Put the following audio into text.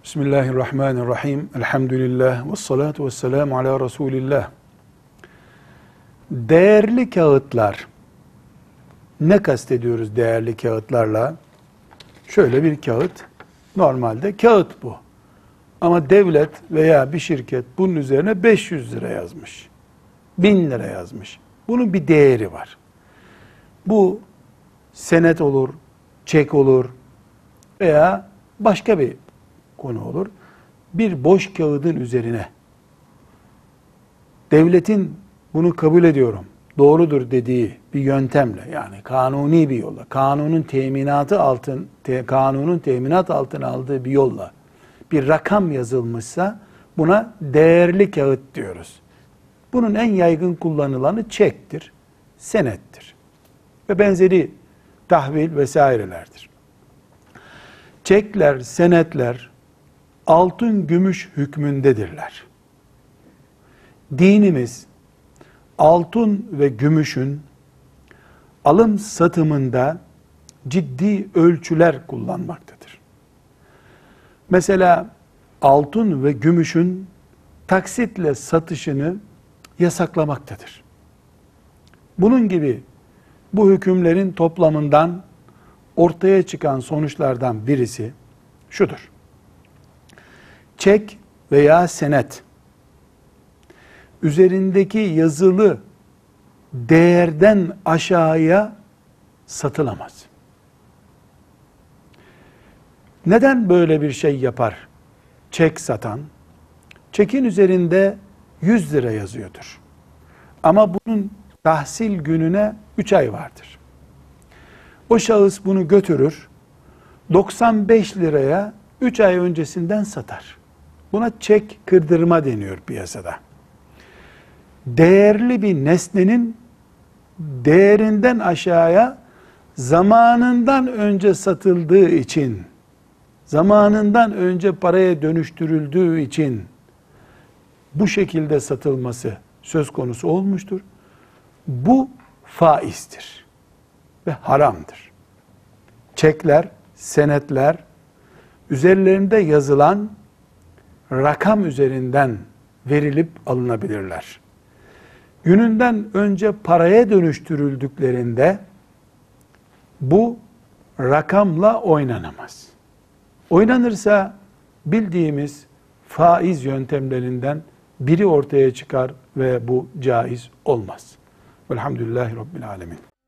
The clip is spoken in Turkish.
Bismillahirrahmanirrahim. Elhamdülillah. Vessalatu vesselamu ala Resulillah. Değerli kağıtlar. Ne kastediyoruz değerli kağıtlarla? Şöyle bir kağıt. Normalde kağıt bu. Ama devlet veya bir şirket bunun üzerine 500 lira yazmış. 1000 lira yazmış. Bunun bir değeri var. Bu senet olur, çek olur veya başka bir konu olur. Bir boş kağıdın üzerine devletin bunu kabul ediyorum, doğrudur dediği bir yöntemle, yani kanuni bir yolla, kanunun teminat altına aldığı bir yolla bir rakam yazılmışsa buna değerli kağıt diyoruz. Bunun en yaygın kullanılanı çektir, senettir ve benzeri tahvil vesairelerdir. Çekler, senetler altın gümüş hükmündedirler. Dinimiz altın ve gümüşün alım satımında ciddi ölçüler kullanmaktadır. Mesela altın ve gümüşün taksitle satışını yasaklamaktadır. Bunun gibi bu hükümlerin toplamından ortaya çıkan sonuçlardan birisi şudur: çek veya senet üzerindeki yazılı değerden aşağıya satılamaz. Neden böyle bir şey yapar çek satan? Çekin üzerinde 100 lira yazıyordur. Ama bunun tahsil gününe 3 ay vardır. O şahıs bunu götürür, 95 liraya 3 ay öncesinden satar. Buna çek kırdırma deniyor piyasada. Değerli bir nesnenin değerinden aşağıya zamanından önce satıldığı için, zamanından önce paraya dönüştürüldüğü için bu şekilde satılması söz konusu olmuştur. Bu faizdir ve haramdır. Çekler, senetler üzerlerinde yazılan rakam üzerinden verilip alınabilirler. Gününden önce paraya dönüştürüldüklerinde bu rakamla oynanamaz. Oynanırsa bildiğimiz faiz yöntemlerinden biri ortaya çıkar ve bu caiz olmaz. Velhamdülillahi Rabbil Alemin.